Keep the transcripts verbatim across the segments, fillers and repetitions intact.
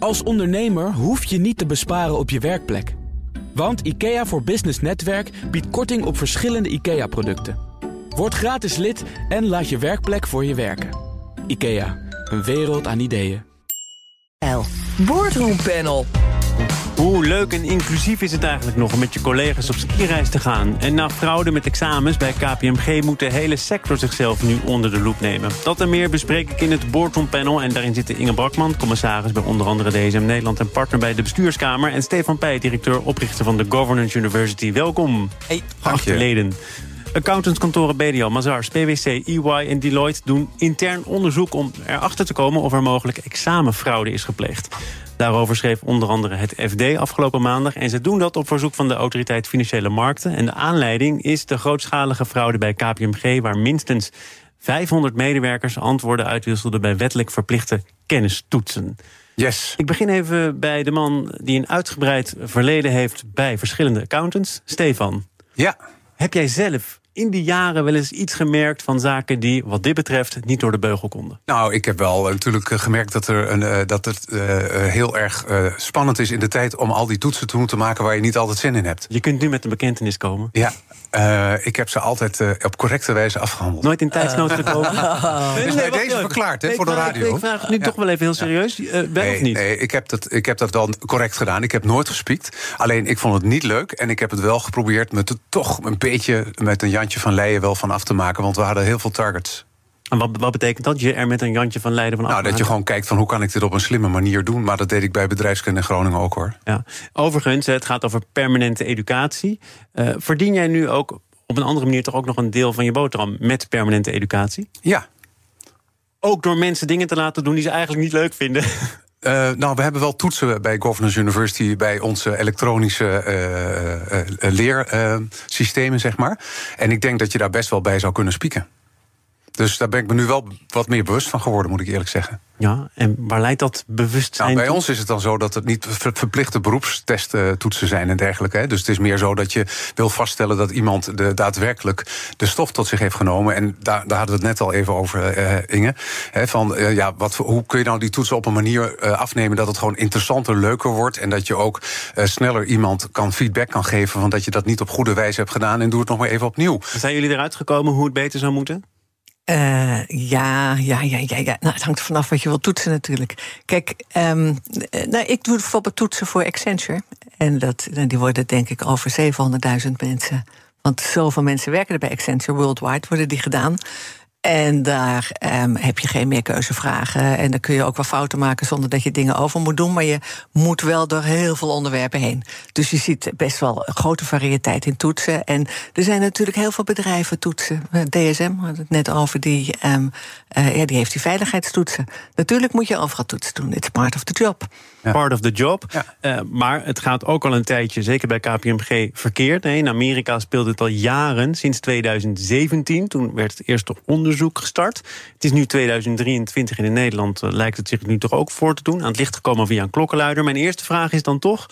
Als ondernemer hoef je niet te besparen op je werkplek. Want IKEA voor Business Netwerk biedt korting op verschillende IKEA-producten. Word gratis lid en laat je werkplek voor je werken. IKEA, een wereld aan ideeën. Boardroom Panel. Hoe leuk en inclusief is het eigenlijk nog om met je collega's op skireis te gaan? En na fraude met examens bij K P M G moet de hele sector zichzelf nu onder de loep nemen. Dat en meer bespreek ik in het Boardroom Panel. En daarin zitten Inge Brakman, commissaris bij onder andere D S M Nederland en partner bij de bestuurskamer. En Stefan Pij, directeur, oprichter van de Governance University. Welkom, hey, acht leden. Accountantskantoren B D L, Mazars, P W C, E Y en Deloitte doen intern onderzoek om erachter te komen of er mogelijk examenfraude is gepleegd. Daarover schreef onder andere het F D afgelopen maandag. En ze doen dat op verzoek van de Autoriteit Financiële Markten. En de aanleiding is de grootschalige fraude bij K P M G... waar minstens vijfhonderd medewerkers antwoorden uitwisselden bij wettelijk verplichte kennistoetsen. Yes. Ik begin even bij de man die een uitgebreid verleden heeft bij verschillende accountants. Stefan. Ja. Heb jij zelf in die jaren wel eens iets gemerkt van zaken die, wat dit betreft, niet door de beugel konden? Nou, ik heb wel natuurlijk gemerkt dat, er een, uh, dat het uh, heel erg uh, spannend is in de tijd om al die toetsen te moeten maken waar je niet altijd zin in hebt. Je kunt nu met een bekentenis komen. Ja. Uh, ik heb ze altijd uh, op correcte wijze afgehandeld. Nooit in tijdsnood gekomen? Uh, dus bij deze verklaard, hè, voor de radio. Ik vraag het nu ja. toch wel even heel serieus. Uh, wel nee, of niet? Nee, ik heb, dat, ik heb dat wel correct gedaan. Ik heb nooit gespiekt. Alleen, ik vond het niet leuk. En ik heb het wel geprobeerd met het toch een beetje met een Jantje van Leijen wel van af te maken. Want we hadden heel veel targets. En wat, wat betekent dat? Je er met een Jantje van Leiden van af? Nou, dat je gewoon kijkt van hoe kan ik dit op een slimme manier doen. Maar dat deed ik bij bedrijfskunde in Groningen ook, hoor. Ja. Overigens, het gaat over permanente educatie. Uh, verdien jij nu ook op een andere manier toch ook nog een deel van je boterham met permanente educatie? Ja. Ook door mensen dingen te laten doen die ze eigenlijk niet leuk vinden? Uh, nou, we hebben wel toetsen bij Governance University bij onze elektronische uh, uh, leersystemen, uh, zeg maar. En ik denk dat je daar best wel bij zou kunnen spieken. Dus daar ben ik me nu wel wat meer bewust van geworden, moet ik eerlijk zeggen. Ja, en waar leidt dat bewustzijn nou, bij toe? ons is het dan zo dat het niet verplichte beroepstesttoetsen zijn en dergelijke. Hè. Dus het is meer zo dat je wil vaststellen dat iemand de, daadwerkelijk de stof tot zich heeft genomen. En daar, daar hadden we het net al even over, uh, Inge. Hè, van, uh, ja, wat, hoe kun je nou die toetsen op een manier uh, afnemen dat het gewoon interessanter, leuker wordt. En dat je ook uh, sneller iemand kan feedback kan geven van dat je dat niet op goede wijze hebt gedaan. En doe het nog maar even opnieuw. Zijn jullie eruit gekomen hoe het beter zou moeten? Uh, ja, ja, ja, ja, ja. Nou, het hangt er vanaf wat je wilt toetsen natuurlijk. Kijk, um, nou, ik doe bijvoorbeeld toetsen voor Accenture. En dat, die worden denk ik over zevenhonderdduizend mensen. Want zoveel mensen werken er bij Accenture worldwide, worden die gedaan. En daar um, heb je geen meerkeuzevragen. En dan kun je ook wel fouten maken zonder dat je dingen over moet doen. Maar je moet wel door heel veel onderwerpen heen. Dus je ziet best wel een grote variëteit in toetsen. En er zijn natuurlijk heel veel bedrijven toetsen. D S M, we hadden het net over, die, um, uh, ja, die heeft die veiligheidstoetsen. Natuurlijk moet je overal toetsen doen. It's part of the job. Ja. Part of the job. Ja. Uh, maar het gaat ook al een tijdje, zeker bij K P M G, verkeerd. Nee, in Amerika speelt het al jaren, sinds tweeduizend zeventien. Toen werd het eerste onderzoek gestart. Het is nu tweeduizend drieëntwintig en in Nederland uh, lijkt het zich nu toch ook voor te doen. Aan het licht gekomen via een klokkenluider. Mijn eerste vraag is dan toch,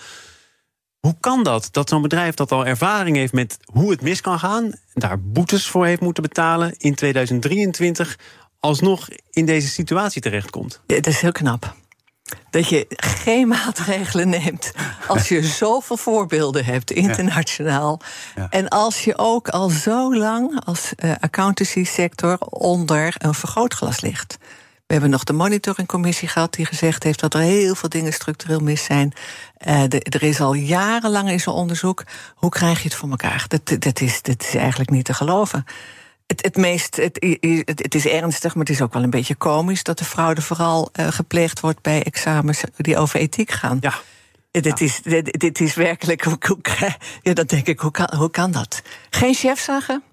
hoe kan dat? Dat zo'n bedrijf dat al ervaring heeft met hoe het mis kan gaan, daar boetes voor heeft moeten betalen, in tweeduizend drieëntwintig alsnog in deze situatie terechtkomt? Ja, dat is heel knap. Dat je geen maatregelen neemt als je zoveel voorbeelden hebt, internationaal. Ja. Ja. En als je ook al zo lang als uh, accountancy sector onder een vergrootglas ligt. We hebben nog de monitoringcommissie gehad die gezegd heeft dat er heel veel dingen structureel mis zijn. Uh, de, er is al jarenlang in zo'n onderzoek. Hoe krijg je het voor elkaar? Dat, dat, is, dat is eigenlijk niet te geloven. Het, het, meest, het, het is ernstig, maar het is ook wel een beetje komisch dat de fraude vooral uh, gepleegd wordt bij examens die over ethiek gaan. Ja. Dit, ja. is, dit, dit is werkelijk. Hoe, hoe, ja, dan denk ik, hoe kan, hoe kan dat? Geen chefzaggen.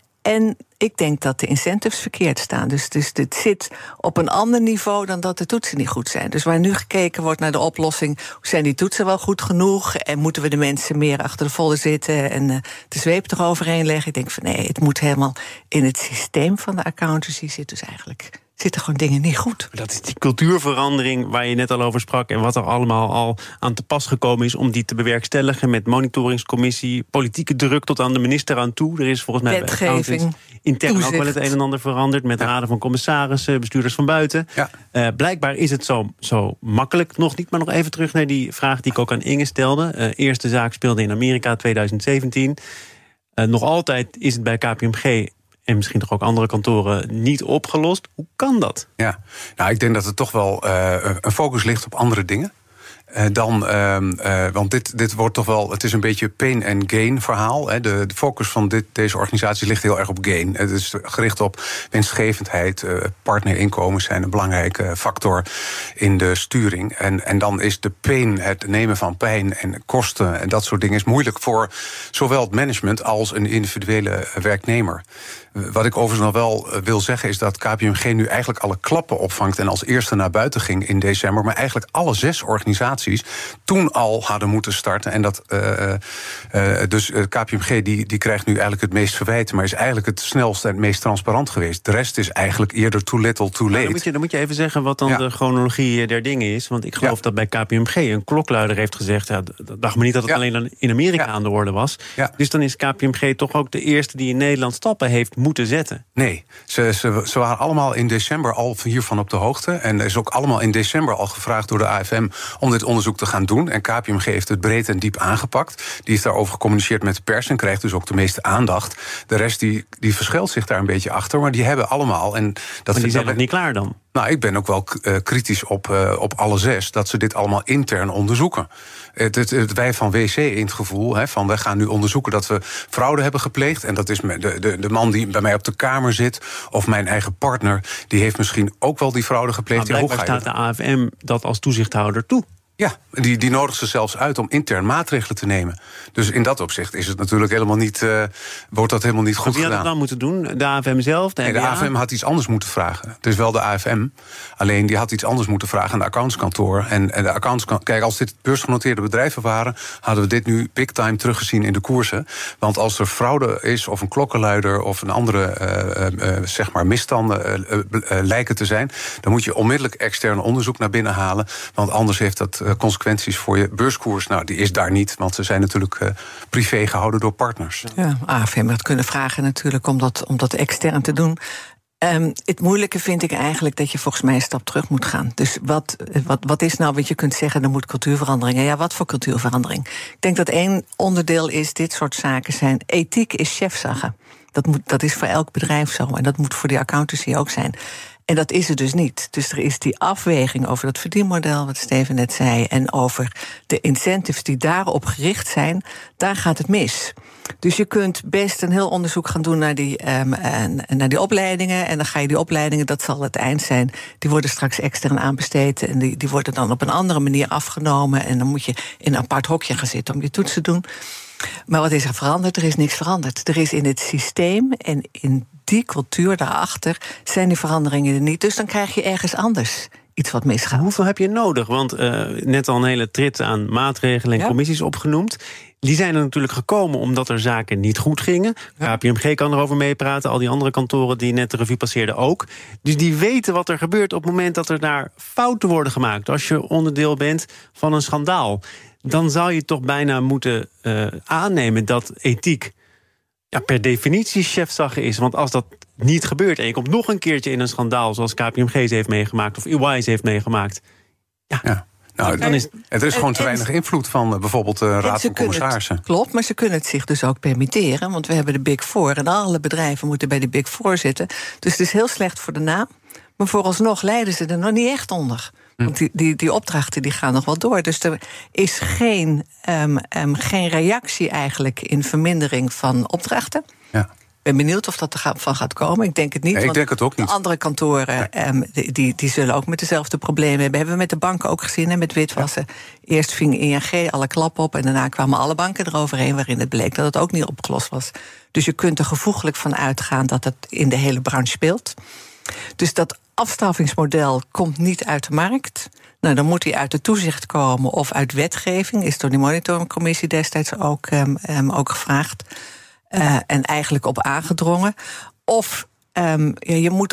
En ik denk dat de incentives verkeerd staan. Dus, dus dit zit op een ander niveau dan dat de toetsen niet goed zijn. Dus waar nu gekeken wordt naar de oplossing, zijn die toetsen wel goed genoeg? En moeten we de mensen meer achter de folder zitten en uh, de zweep eroverheen leggen? Ik denk van nee, het moet helemaal in het systeem van de accountancy zit dus eigenlijk zitten gewoon dingen niet goed. Dat is die cultuurverandering waar je net al over sprak en wat er allemaal al aan te pas gekomen is om die te bewerkstelligen met monitoringscommissie, politieke druk tot aan de minister aan toe. Er is volgens mij wetgeving, intern toezicht. ook wel het een en ander veranderd met ja. raden van commissarissen, bestuurders van buiten. Ja. Uh, blijkbaar is het zo, zo makkelijk nog niet. Maar nog even terug naar die vraag die ik ook aan Inge stelde. Uh, eerste zaak speelde in Amerika twintig zeventien. Uh, nog altijd is het bij K P M G en misschien toch ook andere kantoren niet opgelost. Hoe kan dat? Ja, nou, ik denk dat het toch wel uh, een focus ligt op andere dingen. Uh, dan, uh, uh, want dit, dit wordt toch wel, het is een beetje pain and gain verhaal. Hè. De, de focus van dit, deze organisatie ligt heel erg op gain. Het is gericht op winstgevendheid. Uh, partnerinkomens zijn een belangrijke factor in de sturing. En, en dan is de pain, het nemen van pijn en kosten en dat soort dingen is moeilijk voor zowel het management als een individuele werknemer. Wat ik overigens nog wel wil zeggen is dat K P M G nu eigenlijk alle klappen opvangt en als eerste naar buiten ging in december. Maar eigenlijk alle zes organisaties toen al hadden moeten starten. En dat uh, uh, dus K P M G die, die krijgt nu eigenlijk het meest verwijten, maar is eigenlijk het snelste en het meest transparant geweest. De rest is eigenlijk eerder too little, too late. Nou, dan, moet je, dan moet je even zeggen wat dan ja. de chronologie der dingen is. Want ik geloof ja. dat bij K P M G een klokluider heeft gezegd, ja, dat dacht me niet dat het ja. alleen in Amerika ja. aan de orde was. Ja. Dus dan is K P M G toch ook de eerste die in Nederland stappen heeft moeten zetten. Nee, ze, ze, ze waren allemaal in december al hiervan op de hoogte. En er is ook allemaal in december al gevraagd door de A F M om dit onderzoek te gaan doen. En K P M G heeft het breed en diep aangepakt. Die heeft daarover gecommuniceerd met de pers en krijgt dus ook de meeste aandacht. De rest die, die verschilt zich daar een beetje achter, maar die hebben allemaal. En dat maar die zijn nog niet klaar dan? Nou, ik ben ook wel uh, kritisch op, uh, op alle zes, dat ze dit allemaal intern onderzoeken. Het, het, het wij van W C in het gevoel, hè, van wij gaan nu onderzoeken dat we fraude hebben gepleegd. En dat is de, de, de man die bij mij op de kamer zit, of mijn eigen partner, die heeft misschien ook wel die fraude gepleegd. Maar blijkbaar staat de A F M dat als toezichthouder toe. Ja, die, die nodigt ze zelfs uit om intern maatregelen te nemen. Dus in dat opzicht is het natuurlijk helemaal niet, uh, wordt dat helemaal niet goed gedaan. Wie had het dan moeten doen? De A F M zelf? De, nee, de A F M had iets anders moeten vragen. Het is wel de A F M, alleen die had iets anders moeten vragen aan de accountskantoor. En, en de accountskantoor, kijk, als dit beursgenoteerde bedrijven waren, hadden we dit nu big time teruggezien in de koersen. Want als er fraude is, of een klokkenluider, of een andere uh, uh, zeg maar misstanden uh, uh, uh, lijken te zijn, dan moet je onmiddellijk extern onderzoek naar binnen halen. Want anders heeft dat consequenties voor je beurskoers. Nou, die is daar niet, want ze zijn natuurlijk uh, privé gehouden door partners. Ja, A F M had kunnen vragen natuurlijk om dat, om dat extern te doen. Um, het moeilijke vind ik eigenlijk dat je volgens mij een stap terug moet gaan. Dus wat, wat, wat is nou wat je kunt zeggen, er moet cultuurverandering. Ja, wat voor cultuurverandering? Ik denk dat één onderdeel is, dit soort zaken zijn, ethiek is chefzagge. Dat, moet, dat is voor elk bedrijf zo en dat moet voor die accountancy ook zijn. En dat is het dus niet. Dus er is die afweging over dat verdienmodel, wat Steven net zei, en over de incentives die daarop gericht zijn, daar gaat het mis. Dus je kunt best een heel onderzoek gaan doen naar die, um, en, en naar die opleidingen. En dan ga je die opleidingen, dat zal het eind zijn, die worden straks extern aanbesteed. En die, die worden dan op een andere manier afgenomen. En dan moet je in een apart hokje gaan zitten om je toets te doen. Maar wat is er veranderd? Er is niks veranderd. Er is in het systeem en in die cultuur daarachter zijn die veranderingen er niet. Dus dan krijg je ergens anders iets wat misgaat. Hoeveel heb je nodig? Want uh, net al een hele trit aan maatregelen en ja. commissies opgenoemd. Die zijn er natuurlijk gekomen omdat er zaken niet goed gingen. Ja. K P M G kan erover meepraten, al die andere kantoren die net de revue passeerden ook. Dus die weten wat er gebeurt op het moment dat er daar fouten worden gemaakt. Als je onderdeel bent van een schandaal, dan zou je toch bijna moeten uh, aannemen dat ethiek ja, per definitie chefzagge is. Want als dat niet gebeurt en je komt nog een keertje in een schandaal zoals K P M G ze heeft meegemaakt of E Y ze heeft meegemaakt, ja, ja. Nou, dan is, er is gewoon te weinig invloed van uh, bijvoorbeeld de uh, Raad van Commissarissen. Het, klopt, maar ze kunnen het zich dus ook permitteren. Want we hebben de Big Four en alle bedrijven moeten bij de Big Four zitten. Dus het is heel slecht voor de naam. Maar vooralsnog lijden ze er nog niet echt onder. Want die, die, die opdrachten die gaan nog wel door. Dus er is geen, um, um, geen reactie eigenlijk in vermindering van opdrachten. Ja. Ik ben benieuwd of dat er van gaat komen. Ik denk het niet. Ja, ik want denk het ook niet. De andere kantoren ja. um, die, die zullen ook met dezelfde problemen hebben. Hebben we met de banken ook gezien, hè, met witwassen. Ja. Eerst ving I N G alle klap op en daarna kwamen alle banken eroverheen, waarin het bleek dat het ook niet opgelost was. Dus je kunt er gevoeglijk van uitgaan dat het in de hele branche speelt. Dus dat afstraffingsmodel komt niet uit de markt. Nou, dan moet hij uit de toezicht komen of uit wetgeving. Is door die monitoringcommissie destijds ook, um, um, ook gevraagd. Uh, en eigenlijk op aangedrongen. Of um, ja, je moet op een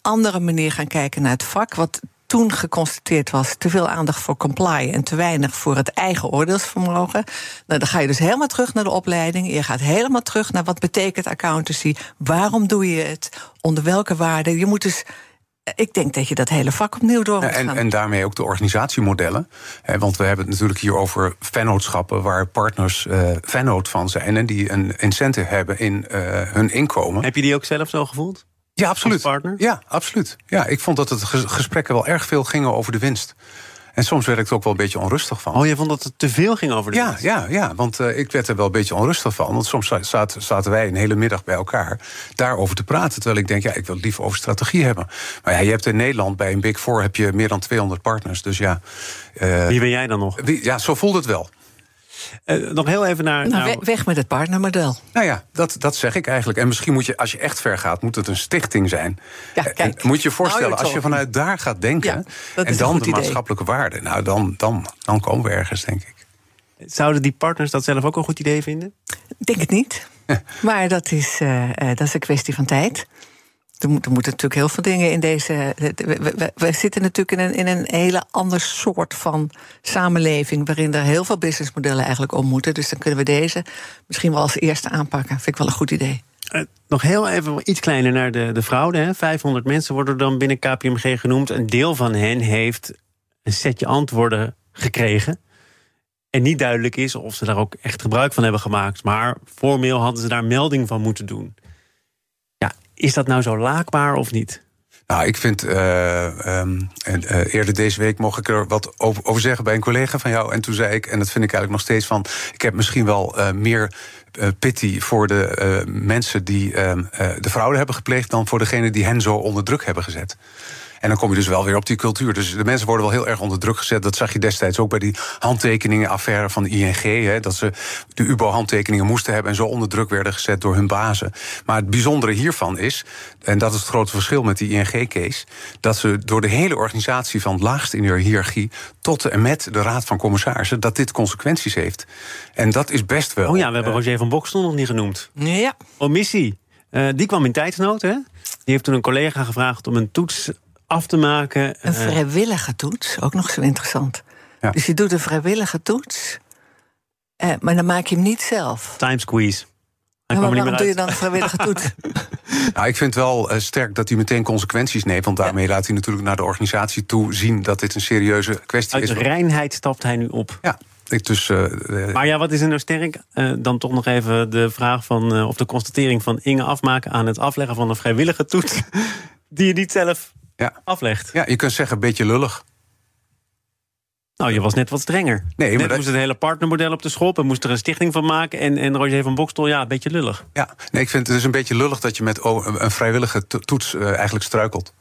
andere manier gaan kijken naar het vak. Wat toen geconstateerd was, te veel aandacht voor comply en te weinig voor het eigen oordeelsvermogen. Nou, dan ga je dus helemaal terug naar de opleiding. Je gaat helemaal terug naar wat betekent accountancy. Waarom doe je het? Onder welke waarden? Je moet dus... Ik denk dat je dat hele vak opnieuw door moet gaan. En, en daarmee ook de organisatiemodellen. Eh, want we hebben het natuurlijk hier over vennootschappen waar partners uh, vennoot van zijn en die een incentive hebben in uh, hun inkomen. Heb je die ook zelf zo gevoeld? Ja, absoluut. Als partner? Ja, absoluut. Ja, ik vond dat het gesprekken wel erg veel gingen over de winst. En soms werd ik er ook wel een beetje onrustig van. Oh, je vond dat het te veel ging over de ja, winst? Ja, ja, want uh, ik werd er wel een beetje onrustig van. Want soms zaten, zaten wij een hele middag bij elkaar daarover te praten. Terwijl ik denk, ja, ik wil het liever over strategie hebben. Maar ja, je hebt in Nederland bij een Big Four heb je meer dan tweehonderd partners. Dus ja... Uh, Wie ben jij dan nog? Wie, ja, zo voelt het wel. Uh, nog heel even naar... Nou, nou, weg met het partnermodel. Nou ja, dat, dat zeg ik eigenlijk. En misschien moet je, als je echt ver gaat, moet het een stichting zijn. Ja, kijk. En moet je je voorstellen, Nou, als je vanuit daar gaat denken... Ja, en dan de idee. maatschappelijke waarden... nou, dan, dan, dan komen we ergens, denk ik. Zouden die partners dat zelf ook een goed idee vinden? Ik denk het niet. Maar dat is, uh, uh, dat is een kwestie van tijd. Er moeten moet natuurlijk heel veel dingen in deze... We, we, we zitten natuurlijk in een, in een hele ander soort van samenleving... waarin er heel veel businessmodellen eigenlijk om moeten. Dus dan kunnen we deze misschien wel als eerste aanpakken. Vind ik wel een goed idee. Uh, nog heel even iets kleiner naar de, de fraude. Hè. vijfhonderd mensen worden dan binnen K P M G genoemd. Een deel van hen heeft een setje antwoorden gekregen. En niet duidelijk is of ze daar ook echt gebruik van hebben gemaakt. Maar formeel hadden ze daar melding van moeten doen. Ja, is dat nou zo laakbaar of niet? Nou, ik vind, uh, um, uh, eerder deze week mocht ik er wat over, over zeggen bij een collega van jou. En toen zei ik, en dat vind ik eigenlijk nog steeds van... ik heb misschien wel uh, meer uh, pity voor de uh, mensen die uh, uh, de fraude hebben gepleegd... dan voor degene die hen zo onder druk hebben gezet. En dan kom je dus wel weer op die cultuur. Dus de mensen worden wel heel erg onder druk gezet. Dat zag je destijds ook bij die handtekeningenaffaire van I N G. Hè, dat ze de U B O-handtekeningen moesten hebben... en zo onder druk werden gezet door hun bazen. Maar het bijzondere hiervan is, en dat is het grote verschil met die I N G-case... dat ze door de hele organisatie van het laagste in de hiërarchie... tot en met de Raad van Commissarissen, dat dit consequenties heeft. En dat is best wel... Oh ja, we hebben uh, Roger van Bokstel nog niet genoemd. Ja. Omissie. Uh, die kwam in tijdsnood, hè? Die heeft toen een collega gevraagd om een toets... af te maken. Een vrijwillige toets, ook nog zo interessant. Ja. Dus je doet een vrijwillige toets, eh, maar dan maak je hem niet zelf. Time squeeze. Maar waarom doe je dan een vrijwillige toets? Nou, ik vind wel uh, sterk dat hij meteen consequenties neemt... want daarmee ja. laat hij natuurlijk naar de organisatie toe zien... dat dit een serieuze kwestie Uit is. Uit reinheid stapt hij nu op. Ja. Ik dus, uh, uh, maar ja, wat is er nou sterk? Uh, dan toch nog even de vraag van... Uh, of de constatering van Inge afmaken... aan het afleggen van een vrijwillige toets... die je niet zelf... Ja. aflegt. Ja, je kunt zeggen, een beetje lullig. Nou, je was net wat strenger. Nee, maar net dat... moest het hele partnermodel op de schop... en moest er een stichting van maken. En, en Roger van Bokstel, ja, een beetje lullig. Ja, nee, ik vind het dus een beetje lullig... dat je met oh, een vrijwillige toets uh, eigenlijk struikelt.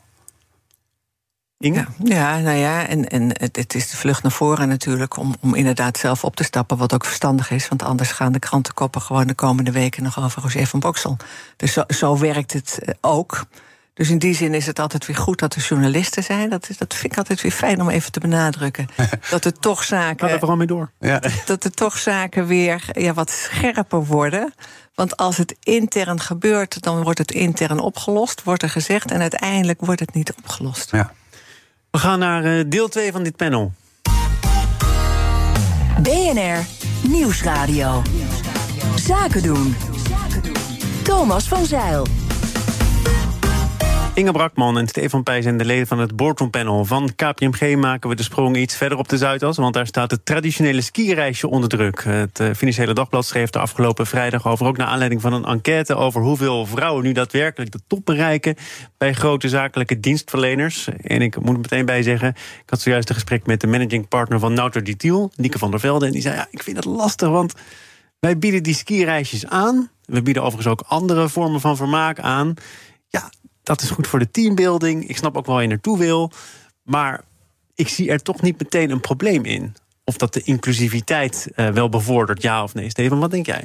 Inge? Ja, ja, nou ja, en, en het, het is de vlucht naar voren natuurlijk... Om, om inderdaad zelf op te stappen, wat ook verstandig is... want anders gaan de krantenkoppen gewoon de komende weken... nog over Roger van Bokstel. Dus zo, zo werkt het uh, ook... Dus in die zin is het altijd weer goed dat er journalisten zijn. Dat, is, dat vind ik altijd weer fijn om even te benadrukken. Dat er toch zaken... Ga er vooral mee door. Ja. Dat er toch zaken weer ja, wat scherper worden. Want als het intern gebeurt, dan wordt het intern opgelost. Wordt er gezegd en uiteindelijk wordt het niet opgelost. Ja. We gaan naar uh, deel twee van dit panel. B N R Nieuwsradio. Zaken doen. Thomas van Zijl. Inge Brakman en Stefan Pijs zijn de leden van het boardroompanel. Van K P M G maken we de sprong iets verder op de Zuidas... want daar staat het traditionele skireisje onder druk. Het uh, Financiële Dagblad schreef de afgelopen vrijdag over... ook naar aanleiding van een enquête over hoeveel vrouwen nu daadwerkelijk de top bereiken... bij grote zakelijke dienstverleners. En ik moet er meteen bij zeggen... ik had zojuist een gesprek met de managing partner van Nauter Detiel, Nieke van der Velde... en die zei, ja, ik vind het lastig, want wij bieden die skireisjes aan. We bieden overigens ook andere vormen van vermaak aan... Ja, dat is goed voor de teambuilding. Ik snap ook wel waar je naartoe wil. Maar ik zie er toch niet meteen een probleem in. Of dat de inclusiviteit uh, wel bevordert, ja of nee. Steven, wat denk jij?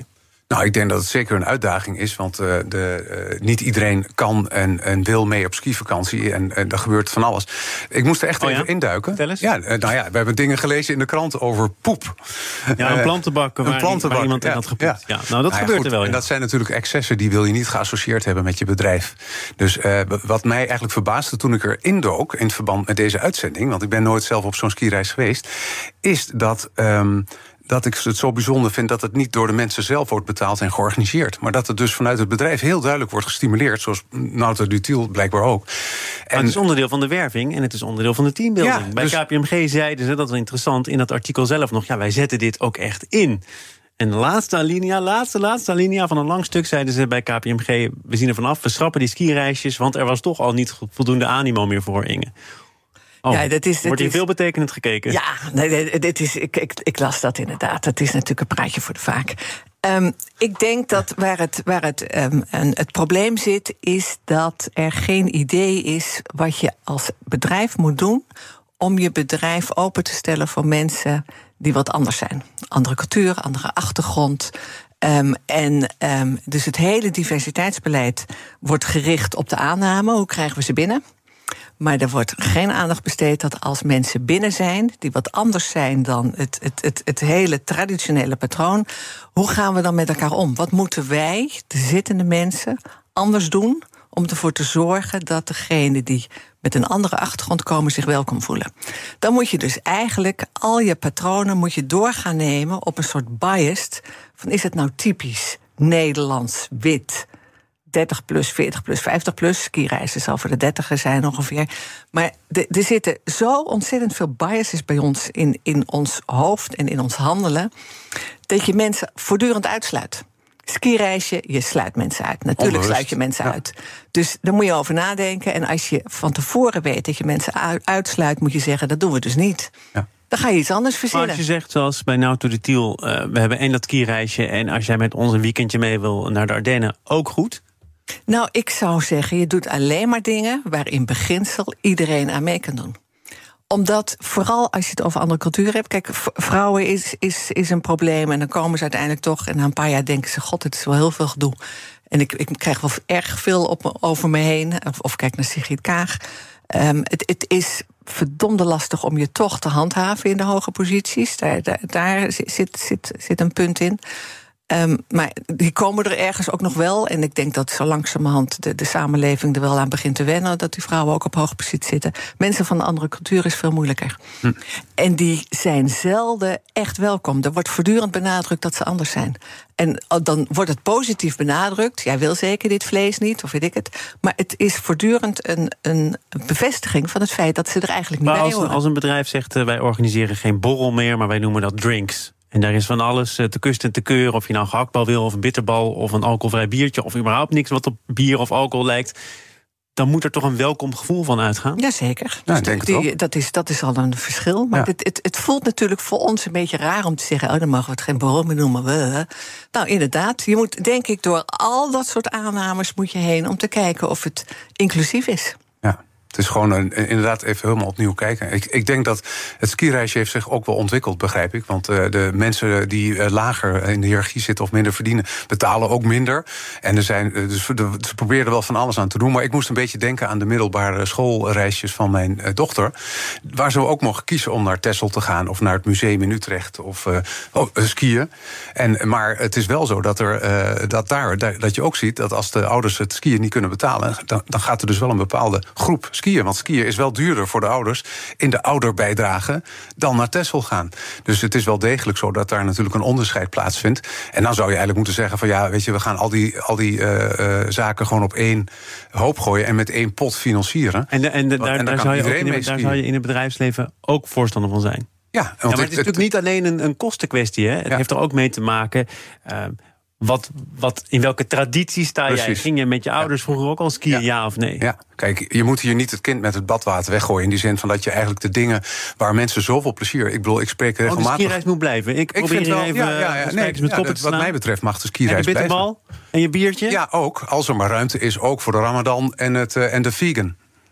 Nou, ik denk dat het zeker een uitdaging is, want uh, de, uh, niet iedereen kan en, en wil mee op skivakantie. En, en er gebeurt van alles. Ik moest er echt oh, even ja? induiken. Vertel eens. Ja, uh, nou ja, we hebben dingen gelezen in de krant over poep. Ja, een plantenbak waar, een plantenbak, waar iemand in ja, had gepoept. Ja. Ja, nou, dat nou, gebeurt ja, er wel. Ja. En dat zijn natuurlijk excessen die wil je niet geassocieerd hebben met je bedrijf. Dus uh, wat mij eigenlijk verbaasde toen ik erin dook, in verband met deze uitzending, want ik ben nooit zelf op zo'n skireis geweest, is dat Um, dat ik het zo bijzonder vind dat het niet door de mensen zelf wordt betaald en georganiseerd. Maar dat het dus vanuit het bedrijf heel duidelijk wordt gestimuleerd, zoals Nauta Dutiel blijkbaar ook. En het is onderdeel van de werving en het is onderdeel van de teambuilding. Ja, Bij dus K P M G zeiden ze, dat is interessant, in dat artikel zelf nog, ja, wij zetten dit ook echt in. En de laatste alinea, laatste, laatste alinea van een lang stuk zeiden ze bij K P M G, we zien er vanaf, we schrappen die skireisjes, want er was toch al niet voldoende animo meer voor, Inge. Oh, ja, dat is, dat wordt hier is, veelbetekenend gekeken? Ja, nee, dit is, ik, ik, ik las dat inderdaad. Het is natuurlijk een praatje voor de vaak. Um, ik denk dat waar het, waar het, um, een, het probleem zit, is dat er geen idee is wat je als bedrijf moet doen om je bedrijf open te stellen voor mensen die wat anders zijn. Andere cultuur, andere achtergrond. Um, en um, dus het hele diversiteitsbeleid wordt gericht op de aanname. Hoe krijgen we ze binnen? Maar er wordt geen aandacht besteed dat als mensen binnen zijn, die wat anders zijn dan het, het, het, het hele traditionele patroon, hoe gaan we dan met elkaar om? Wat moeten wij, de zittende mensen, anders doen om ervoor te zorgen dat degenen die met een andere achtergrond komen zich welkom voelen? Dan moet je dus eigenlijk al je patronen moet je door gaan nemen op een soort biased van, is het nou typisch Nederlands, wit, dertig plus, veertig plus, vijftig plus. Skireizen zal voor de dertiger zijn ongeveer. Maar de, er zitten zo ontzettend veel biases bij ons in, in ons hoofd en in ons handelen, dat je mensen voortdurend uitsluit. Skireisje, je sluit mensen uit. Natuurlijk Onbewust. sluit je mensen ja. uit. Dus daar moet je over nadenken. En als je van tevoren weet dat je mensen uitsluit, moet je zeggen, dat doen we dus niet. Ja. Dan ga je iets anders verzinnen. Maar als je zegt, zoals bij Nauta Dutiel, uh, we hebben één dat skireisje, en als jij met ons een weekendje mee wil naar de Ardennen, ook goed? Nou, ik zou zeggen, je doet alleen maar dingen waar in beginsel iedereen aan mee kan doen. Omdat, vooral als je het over andere culturen hebt, kijk, vrouwen is, is, is een probleem en dan komen ze uiteindelijk toch, en na een paar jaar denken ze, god, het is wel heel veel gedoe. En ik, ik krijg wel erg veel op me, over me heen, of, of kijk naar Sigrid Kaag. Um, het, het is verdomde lastig om je toch te handhaven in de hoge posities. Daar, daar, daar zit, zit, zit een punt in. Um, maar die komen er ergens ook nog wel. En ik denk dat zo langzamerhand de, de samenleving er wel aan begint te wennen, dat die vrouwen ook op hoge positie zitten. Mensen van een andere cultuur is veel moeilijker. Hm. En die zijn zelden echt welkom. Er wordt voortdurend benadrukt dat ze anders zijn. En dan wordt het positief benadrukt. Jij wil zeker dit vlees niet, of weet ik het. Maar het is voortdurend een, een bevestiging van het feit dat ze er eigenlijk niet maar bij als, horen. Als een bedrijf zegt, uh, wij organiseren geen borrel meer, maar wij noemen dat drinks. En daar is van alles te kust en te keur. Of je nou een gehaktbal wil, of een bitterbal, of een alcoholvrij biertje, of überhaupt niks wat op bier of alcohol lijkt. Dan moet er toch een welkom gevoel van uitgaan? Jazeker. Ja, dus denk die, het dat, is, dat is al een verschil. Maar ja. het, het, het voelt natuurlijk voor ons een beetje raar om te zeggen, oh, dan mogen we het geen borrel meer noemen. We. Nou, inderdaad. Je moet, denk ik, door al dat soort aannames moet je heen om te kijken of het inclusief is. Ja. Het is gewoon een, inderdaad even helemaal opnieuw kijken. Ik, ik denk dat het skireisje heeft zich ook wel ontwikkeld, begrijp ik. Want uh, de mensen die uh, lager in de hiërarchie zitten of minder verdienen, betalen ook minder. En er zijn, uh, dus de, ze proberen er wel van alles aan te doen. Maar ik moest een beetje denken aan de middelbare schoolreisjes van mijn uh, dochter. Waar ze ook mogen kiezen om naar Texel te gaan, of naar het museum in Utrecht, of uh, oh, uh, skiën. En, maar het is wel zo dat, er, uh, dat daar, dat je ook ziet dat als de ouders het skiën niet kunnen betalen, dan, dan gaat er dus wel een bepaalde groep skiën. Want skiën is wel duurder voor de ouders in de ouderbijdrage dan naar Texel gaan. Dus het is wel degelijk zo dat daar natuurlijk een onderscheid plaatsvindt. En dan zou je eigenlijk moeten zeggen van ja, weet je, we gaan al die, al die uh, uh, zaken gewoon op één hoop gooien en met één pot financieren. En, de, en, de, daar, en daar, zou je ook in, daar zou je in het bedrijfsleven ook voorstander van zijn. Ja, want ja, maar het, het is natuurlijk niet alleen een, een kostenkwestie. Hè? Het ja. heeft er ook mee te maken. Uh, Wat, wat, in welke traditie sta Precies. jij? Ging je met je ouders ja. vroeger ook al skiën, ja. ja of nee? Ja, kijk, je moet hier niet het kind met het badwater weggooien. In die zin van dat je eigenlijk de dingen waar mensen zoveel plezier. Ik bedoel, ik spreek regelmatig. Oh, de skireis moet blijven. Ik, ik probeer hier even ja, ja, ja, nee, met ja, te wat mij betreft mag de skireis blijven. En je bitterbal? En je biertje? Ja, ook. Als er maar ruimte is, ook voor de Ramadan en, het, uh, en de vegan.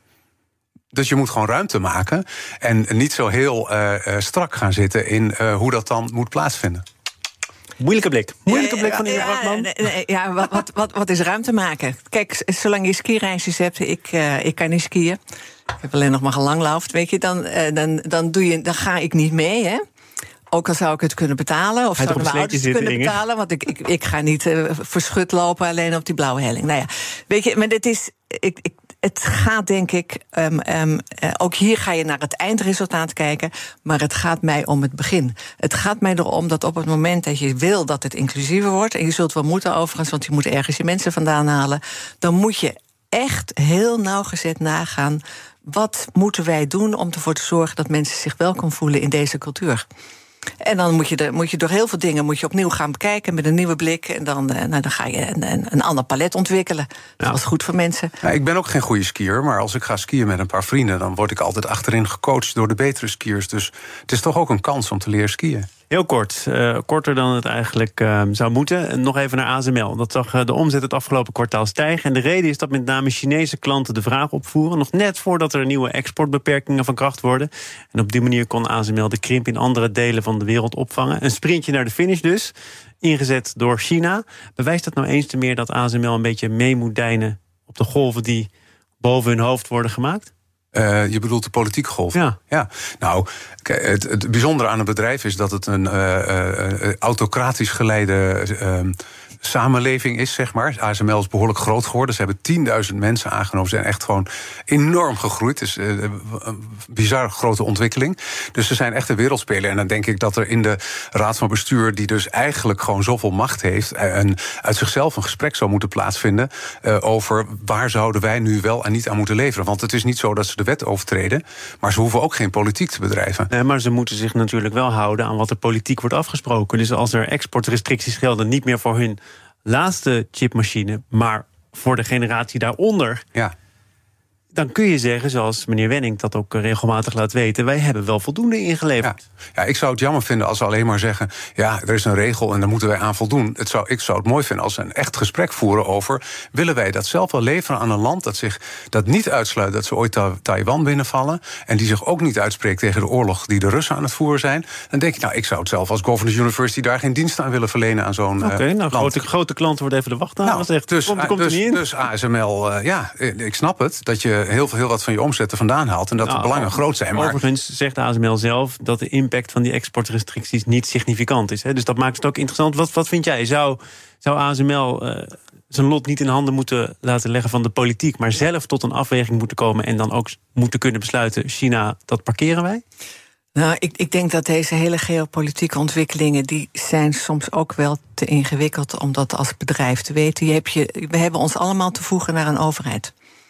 Dus je moet gewoon ruimte maken en niet zo heel uh, uh, strak gaan zitten in uh, hoe dat dan moet plaatsvinden. Moeilijke blik. Moeilijke Ja, blik van ja, Inge Brakman. nee, nee, ja, wat, wat, wat, wat is ruimte maken? Kijk, zolang je skireisjes hebt, ik, uh, ik kan niet skiën. Ik heb alleen nog maar gelanglaufd, weet je. Dan, uh, dan, dan, doe je, dan ga ik niet mee, hè. Ook al zou ik het kunnen betalen, of zouden mijn ouders het kunnen Inge? betalen. Want ik, ik, ik ga niet uh, verschut lopen alleen op die blauwe helling. Nou ja, weet je, maar dit is... Ik, ik, het gaat denk ik, um, um, uh, ook hier ga je naar het eindresultaat kijken, maar het gaat mij om het begin. Het gaat mij erom dat op het moment dat je wil dat het inclusiever wordt, en je zult wel moeten overigens, want je moet ergens je mensen vandaan halen, dan moet je echt heel nauwgezet nagaan, wat moeten wij doen om ervoor te zorgen dat mensen zich welkom voelen in deze cultuur. En dan moet je, de, moet je door heel veel dingen moet je opnieuw gaan bekijken met een nieuwe blik. En dan, nou, dan ga je een, een, een ander palet ontwikkelen. Ja. Dat is goed voor mensen. Ja, ik ben ook geen goede skier, maar als ik ga skiën met een paar vrienden, dan word ik altijd achterin gecoacht door de betere skiers. Dus het is toch ook een kans om te leren skiën. Heel kort, uh, korter dan het eigenlijk uh, zou moeten. En nog even naar A S M L. Dat zag uh, de omzet het afgelopen kwartaal stijgen. En de reden is dat met name Chinese klanten de vraag opvoeren, nog net voordat er nieuwe exportbeperkingen van kracht worden. En op die manier kon A S M L de krimp in andere delen van de wereld opvangen. Een sprintje naar de finish dus, ingezet door China. Bewijst dat nou eens te meer dat A S M L een beetje mee moet deinen op de golven die boven hun hoofd worden gemaakt? Uh, je bedoelt de politieke golf? Ja. ja. Nou, kijk, het, het bijzondere aan het bedrijf is dat het een uh, uh, autocratisch geleide uh, samenleving is, zeg maar. A S M L is behoorlijk groot geworden. Ze hebben tienduizend mensen aangenomen. Ze zijn echt gewoon enorm gegroeid. Het is uh, een bizar grote ontwikkeling. Dus ze zijn echt een wereldspeler. En dan denk ik dat er in de raad van bestuur, die dus eigenlijk gewoon zoveel macht heeft, en uit zichzelf een gesprek zou moeten plaatsvinden uh, over waar zouden wij nu wel en niet aan moeten leveren. Want het is niet zo dat ze de wet overtreden, maar ze hoeven ook geen politiek te bedrijven. Nee, maar ze moeten zich natuurlijk wel houden aan wat er politiek wordt afgesproken. Dus als er exportrestricties gelden, niet meer voor hun laatste chipmachine, maar voor de generatie daaronder, ja. dan kun je zeggen, zoals meneer Wenning dat ook regelmatig laat weten, wij hebben wel voldoende ingeleverd. Ja, ja, ik zou het jammer vinden als ze alleen maar zeggen, ja, er is een regel en daar moeten wij aan voldoen. Het zou, ik zou het mooi vinden als ze een echt gesprek voeren over, willen wij dat zelf wel leveren aan een land dat zich dat niet uitsluit dat ze ooit ta- Taiwan binnenvallen en die zich ook niet uitspreekt tegen de oorlog die de Russen aan het voeren zijn. Dan denk ik, nou, ik zou het zelf als Governors University daar geen dienst aan willen verlenen aan zo'n Oké, okay, uh, nou, grote, grote klanten worden even de wacht aan. Nou, zegt, dus, komt, komt dus, er niet in. dus A S M L, uh, ja, ik snap het, dat je heel, heel wat van je omzet er vandaan haalt en dat nou, de belangen groot zijn. Maar overigens zegt A S M L zelf dat de impact van die exportrestricties niet significant is. Hè? Dus dat maakt het ook interessant. Wat, wat vind jij? Zou, zou A S M L uh, zijn lot niet in handen moeten laten leggen van de politiek, maar zelf tot een afweging moeten komen en dan ook moeten kunnen besluiten, China, dat parkeren wij? Nou, ik, ik denk dat deze hele geopolitieke ontwikkelingen, die zijn soms ook wel te ingewikkeld om dat als bedrijf te weten. Je hebt je, we hebben ons allemaal te voegen naar een overheid.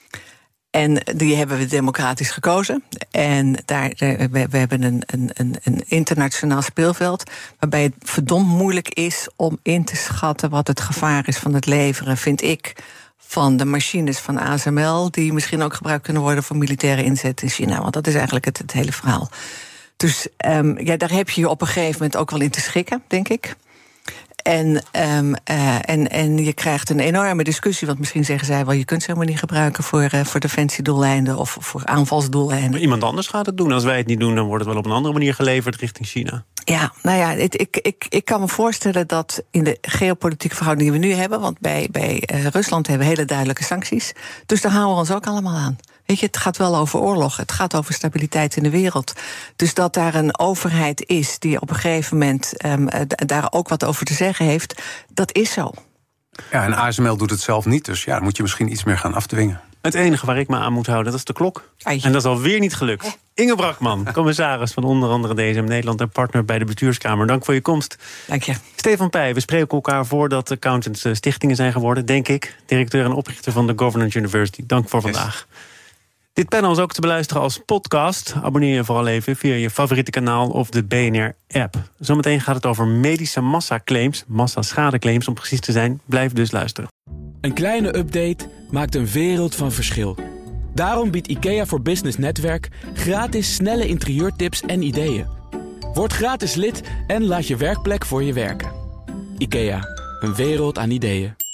En die hebben we democratisch gekozen. En daar, we, we hebben een, een, een internationaal speelveld waarbij het verdomd moeilijk is om in te schatten wat het gevaar is van het leveren, vind ik, van de machines van A S M L, die misschien ook gebruikt kunnen worden voor militaire inzet in China. Want dat is eigenlijk het, het hele verhaal. Dus um, ja, daar heb je je op een gegeven moment ook wel in te schikken, denk ik. En, um, uh, en, en je krijgt een enorme discussie, want misschien zeggen zij wel, je kunt ze helemaal niet gebruiken voor, uh, voor defensiedoeleinden of voor aanvalsdoeleinden. Maar iemand anders gaat het doen. Als wij het niet doen, dan wordt het wel op een andere manier geleverd richting China. Ja, nou ja, het, ik, ik, ik kan me voorstellen dat in de geopolitieke verhoudingen die we nu hebben, want bij, bij uh, Rusland hebben we hele duidelijke sancties, dus daar houden we ons ook allemaal aan. Weet je, het gaat wel over oorlog, het gaat over stabiliteit in de wereld. Dus dat daar een overheid is die op een gegeven moment um, daar ook wat over te zeggen heeft, dat is zo. Ja, en A S M L doet het zelf niet, dus ja, dan moet je misschien iets meer gaan afdwingen. Het enige waar ik me aan moet houden, dat is de klok. Ai. En dat is alweer niet gelukt. Eh. Inge Brakman, commissaris van onder andere D S M Nederland en partner bij de bestuurskamer. Dank voor je komst. Dank je. Stefan Pij, we spreken elkaar voordat accountants stichtingen zijn geworden, denk ik. Directeur en oprichter van de Governors University. Dank voor vandaag. Yes. Dit panel is ook te beluisteren als podcast. Abonneer je vooral even via je favoriete kanaal of de B N R-app. Zometeen gaat het over medische massaclaims, massaschadeclaims om precies te zijn. Blijf dus luisteren. Een kleine update maakt een wereld van verschil. Daarom biedt IKEA voor Business Netwerk gratis snelle interieurtips en ideeën. Word gratis lid en laat je werkplek voor je werken. IKEA, een wereld aan ideeën.